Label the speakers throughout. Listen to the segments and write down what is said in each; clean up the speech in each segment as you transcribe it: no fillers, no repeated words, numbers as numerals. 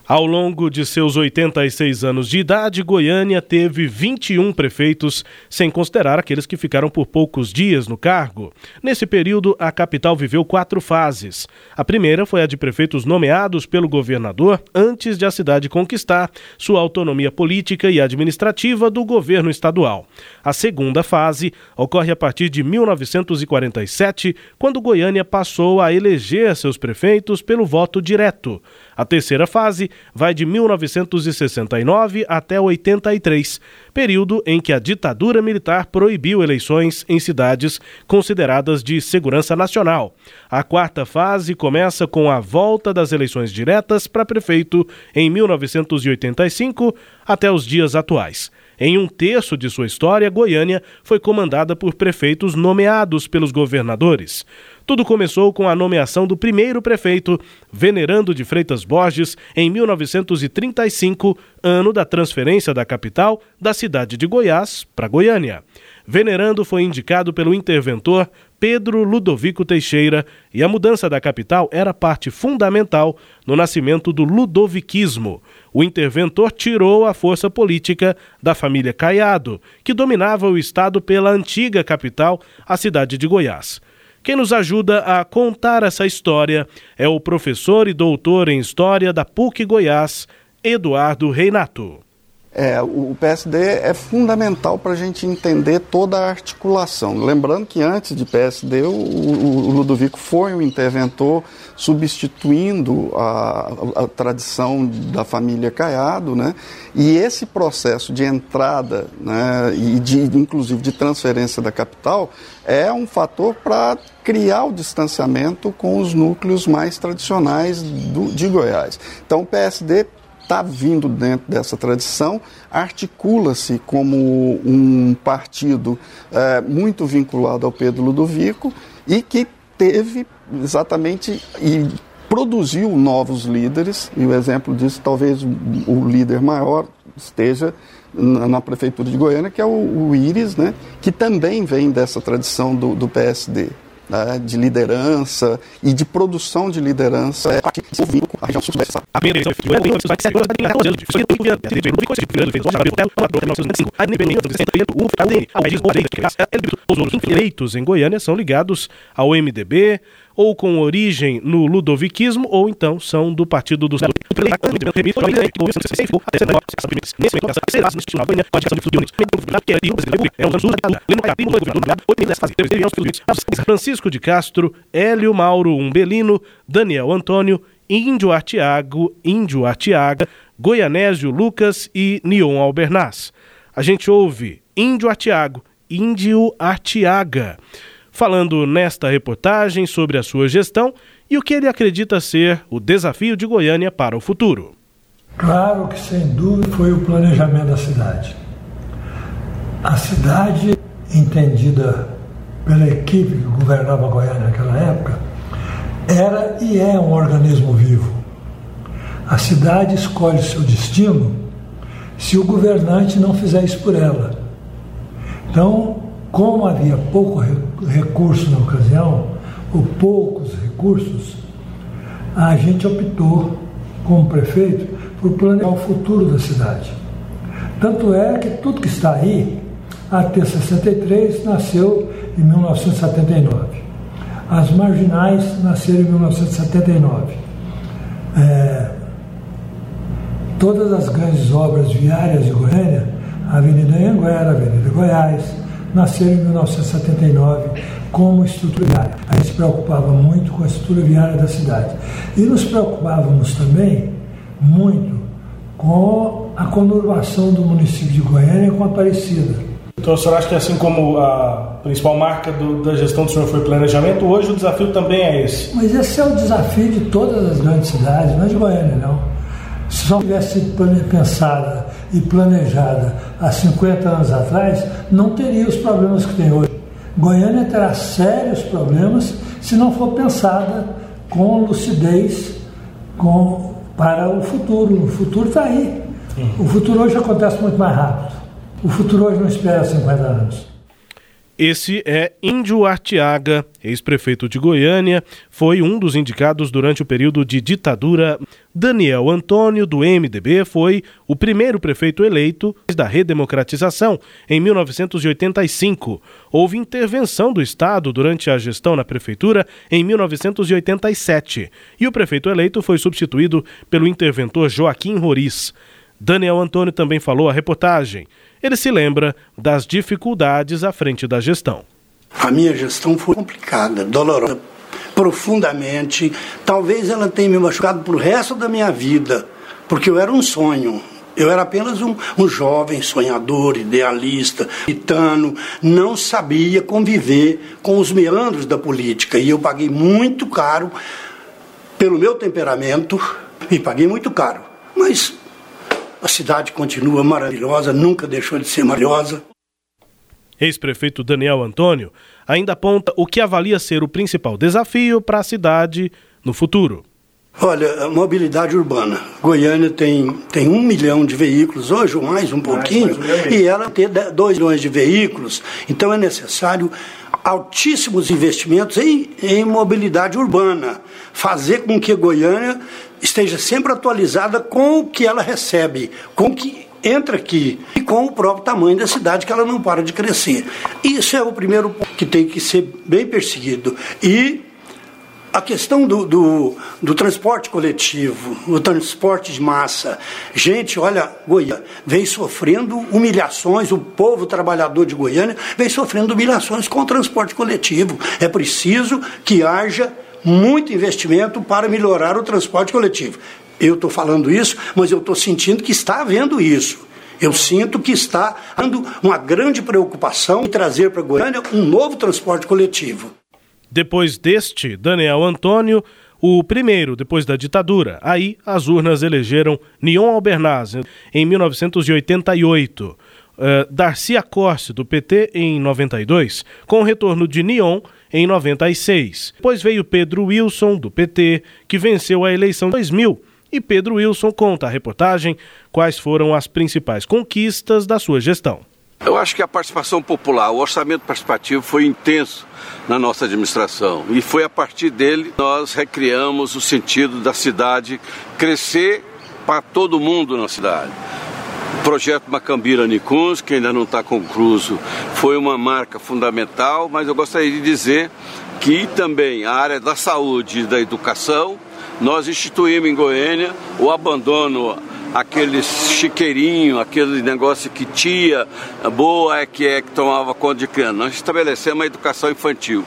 Speaker 1: Ao longo de seus 86 anos de idade, Goiânia teve 21 prefeitos, sem considerar aqueles que ficaram por poucos dias no cargo. Nesse período, a capital viveu 4 fases. A primeira foi a de prefeitos nomeados pelo governador antes de a cidade conquistar sua autonomia política e administrativa do governo estadual. A segunda fase ocorre a partir de 1947, quando Goiânia passou a eleger seus prefeitos pelo voto direto. A terceira fase vai de 1969 até 83, período em que a ditadura militar proibiu eleições em cidades consideradas de segurança nacional. A quarta fase começa com a volta das eleições diretas para prefeito em 1985 até os dias atuais. Em um terço de sua história, Goiânia foi comandada por prefeitos nomeados pelos governadores. Tudo começou com a nomeação do primeiro prefeito, Venerando de Freitas Borges, em 1935, ano da transferência da capital da cidade de Goiás para Goiânia. Venerando foi indicado pelo interventor Pedro Ludovico Teixeira e a mudança da capital era parte fundamental no nascimento do ludoviquismo. O interventor tirou a força política da família Caiado, que dominava o estado pela antiga capital, a cidade de Goiás. Quem nos ajuda a contar essa história é o professor e doutor em História da PUC Goiás, Eduardo Reinato.
Speaker 2: O PSD é fundamental para a gente entender toda a articulação. Lembrando que antes de PSD, o Ludovico foi um interventor substituindo a tradição da família Caiado, né? E esse processo de entrada, né, e inclusive de transferência da capital é um fator para criar o distanciamento com os núcleos mais tradicionais de Goiás. Então o PSD está vindo dentro dessa tradição, articula-se como um partido muito vinculado ao Pedro Ludovico e que teve exatamente e produziu novos líderes, e o exemplo disso talvez o líder maior esteja na prefeitura de Goiânia, que é o Íris, né, que também vem dessa tradição do PSD. Né, de liderança e de produção de liderança com a região sul-sudeste. A primeira eleição foi em 1925. Os eleitos em Goiânia são ligados ao MDB, ou com origem no ludoviquismo, ou então são do Partido dos Francisco de Castro, Hélio Mauro Umbelino, Daniel Antônio, Índio Artiaga, Goianésio Lucas e Nion Albernaz. A gente ouve Índio Artiaga, falando nesta reportagem sobre a sua gestão e o que ele acredita ser o desafio de Goiânia para o futuro.
Speaker 3: Claro que, sem dúvida, foi o planejamento da cidade. A cidade, entendida pela equipe que governava Goiânia naquela época, era e é um organismo vivo. A cidade escolhe seu destino se o governante não fizer isso por ela. Então, como havia pouco recurso na ocasião, ou poucos recursos, a gente optou, como prefeito, por planejar o futuro da cidade. Tanto é que tudo que está aí, a T63 nasceu em 1979. As marginais nasceram em 1979. Todas as grandes obras viárias de Goiânia, a Avenida Anhanguera, a Avenida Goiás, nasceram em 1979 como estrutura viária. A gente se preocupava muito com a estrutura viária da cidade. E nos preocupávamos também muito com a conurbação do município de Goiânia com a Aparecida.
Speaker 1: Então o senhor acha que assim como a principal marca da gestão do senhor foi planejamento, hoje o desafio também é esse?
Speaker 3: Mas esse é o desafio de todas as grandes cidades, não é de Goiânia, não. Se só tivesse sido pensada e planejada há 50 anos atrás, não teria os problemas que tem hoje. Goiânia terá sérios problemas se não for pensada com lucidez para o futuro. O futuro está aí. O futuro hoje acontece muito mais rápido. O futuro hoje não espera 50 anos.
Speaker 1: Esse é Índio Arteaga, ex-prefeito de Goiânia, foi um dos indicados durante o período de ditadura. Daniel Antônio, do MDB, foi o primeiro prefeito eleito da redemocratização, em 1985. Houve intervenção do Estado durante a gestão na prefeitura em 1987. E o prefeito eleito foi substituído pelo interventor Joaquim Roriz. Daniel Antônio também falou à reportagem. Ele se lembra das dificuldades à frente da gestão.
Speaker 4: A minha gestão foi complicada, dolorosa, profundamente. Talvez ela tenha me machucado pro resto da minha vida, porque eu era um sonho. Eu era apenas um jovem sonhador, idealista, titano, não sabia conviver com os meandros da política. E eu paguei muito caro pelo meu temperamento, e paguei muito caro. Mas a cidade continua maravilhosa, nunca deixou de ser maravilhosa.
Speaker 1: Ex-prefeito Daniel Antônio ainda aponta o que avalia ser o principal desafio para a cidade no futuro.
Speaker 4: Olha, a mobilidade urbana. Goiânia tem 1 milhão de veículos, hoje ou mais um pouquinho, e ela tem 2 milhões de veículos. Então é necessário altíssimos investimentos em mobilidade urbana. Fazer com que Goiânia esteja sempre atualizada com o que ela recebe, com o que entra aqui e com o próprio tamanho da cidade, que ela não para de crescer. Isso é o primeiro ponto que tem que ser bem perseguido. E a questão do transporte coletivo, o transporte de massa. Gente, olha, Goiânia vem sofrendo humilhações, o povo trabalhador de Goiânia vem sofrendo humilhações com o transporte coletivo. É preciso que haja muito investimento para melhorar o transporte coletivo. Eu estou falando isso, mas eu estou sentindo que está havendo isso. Eu sinto que está havendo uma grande preocupação em trazer para Goiânia um novo transporte coletivo.
Speaker 1: Depois deste, Daniel Antônio, o primeiro depois da ditadura. Aí as urnas elegeram Nion Albernaz em 1988, Darcy Accorce, do PT, em 92, com o retorno de Nion em 96. Depois veio Pedro Wilson, do PT, que venceu a eleição em 2000. E Pedro Wilson conta à reportagem quais foram as principais conquistas da sua gestão.
Speaker 5: Eu acho que a participação popular, o orçamento participativo foi intenso na nossa administração e foi a partir dele que nós recriamos o sentido da cidade crescer para todo mundo na cidade. O projeto Macambira-Nicuns, que ainda não está concluído, foi uma marca fundamental, mas eu gostaria de dizer que também a área da saúde e da educação, nós instituímos em Goiânia o abandono, aquele chiqueirinho, aquele negócio que tia boa que tomava conta de criança. Nós estabelecemos a educação infantil.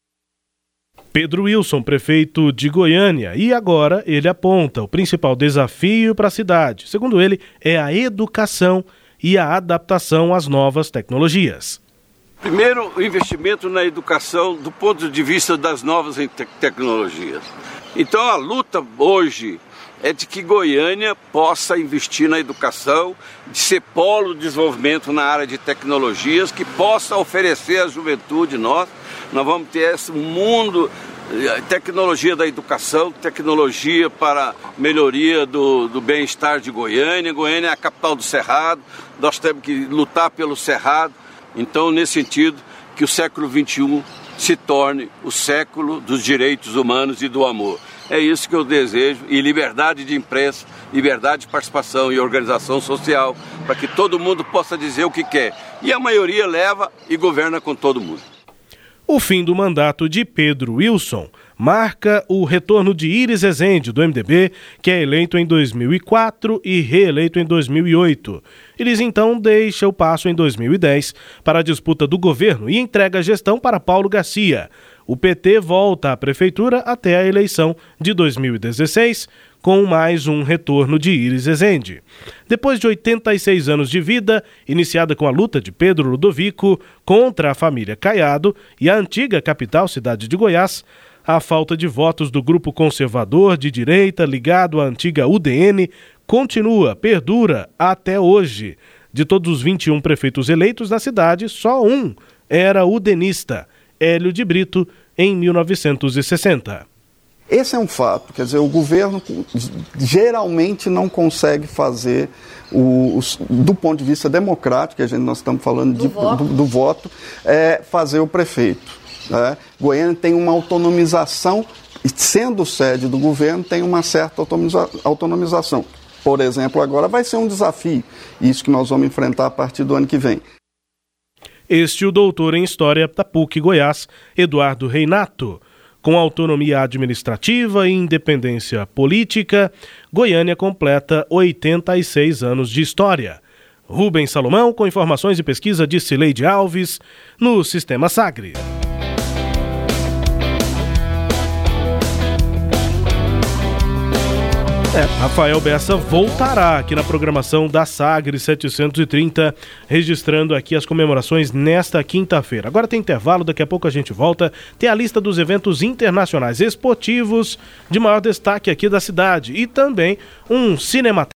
Speaker 1: Pedro Wilson, prefeito de Goiânia, e agora ele aponta o principal desafio para a cidade. Segundo ele, é a educação e a adaptação às novas tecnologias.
Speaker 5: Primeiro, o investimento na educação do ponto de vista das novas tecnologias. Então a luta hoje é de que Goiânia possa investir na educação, de ser polo de desenvolvimento na área de tecnologias, que possa oferecer à juventude nós vamos ter esse mundo, tecnologia da educação, tecnologia para melhoria do bem-estar de Goiânia. Goiânia é a capital do Cerrado, nós temos que lutar pelo Cerrado. Então, nesse sentido, que o século XXI se torne o século dos direitos humanos e do amor. É isso que eu desejo, e liberdade de imprensa, liberdade de participação e organização social, para que todo mundo possa dizer o que quer. E a maioria leva e governa com todo mundo.
Speaker 1: O fim do mandato de Pedro Wilson marca o retorno de Iris Rezende, do MDB, que é eleito em 2004 e reeleito em 2008. Iris então deixa o passo em 2010 para a disputa do governo e entrega a gestão para Paulo Garcia. O PT volta à prefeitura até a eleição de 2016, com mais um retorno de Iris Rezende. Depois de 86 anos de vida, iniciada com a luta de Pedro Ludovico contra a família Caiado e a antiga capital cidade de Goiás, a falta de votos do grupo conservador de direita ligado à antiga UDN perdura até hoje. De todos os 21 prefeitos eleitos na cidade, só um era udenista, Hélio de Brito, em 1960.
Speaker 2: Esse é um fato, quer dizer, o governo geralmente não consegue fazer, do ponto de vista democrático, nós estamos falando do voto, fazer o prefeito. Né? Goiânia tem uma autonomização, sendo sede do governo, tem uma certa autonomização. Por exemplo, agora vai ser um desafio, isso que nós vamos enfrentar a partir do ano que vem.
Speaker 1: Este é o doutor em História da PUC Goiás, Eduardo Reinato. Com autonomia administrativa e independência política, Goiânia completa 86 anos de história. Rubens Salomão, com informações e pesquisa de Cileide Alves, no Sistema Sagre. Rafael Bessa voltará aqui na programação da Sagre 730, registrando aqui as comemorações nesta quinta-feira. Agora tem intervalo, daqui a pouco a gente volta. Tem a lista dos eventos internacionais esportivos de maior destaque aqui da cidade e também um cinema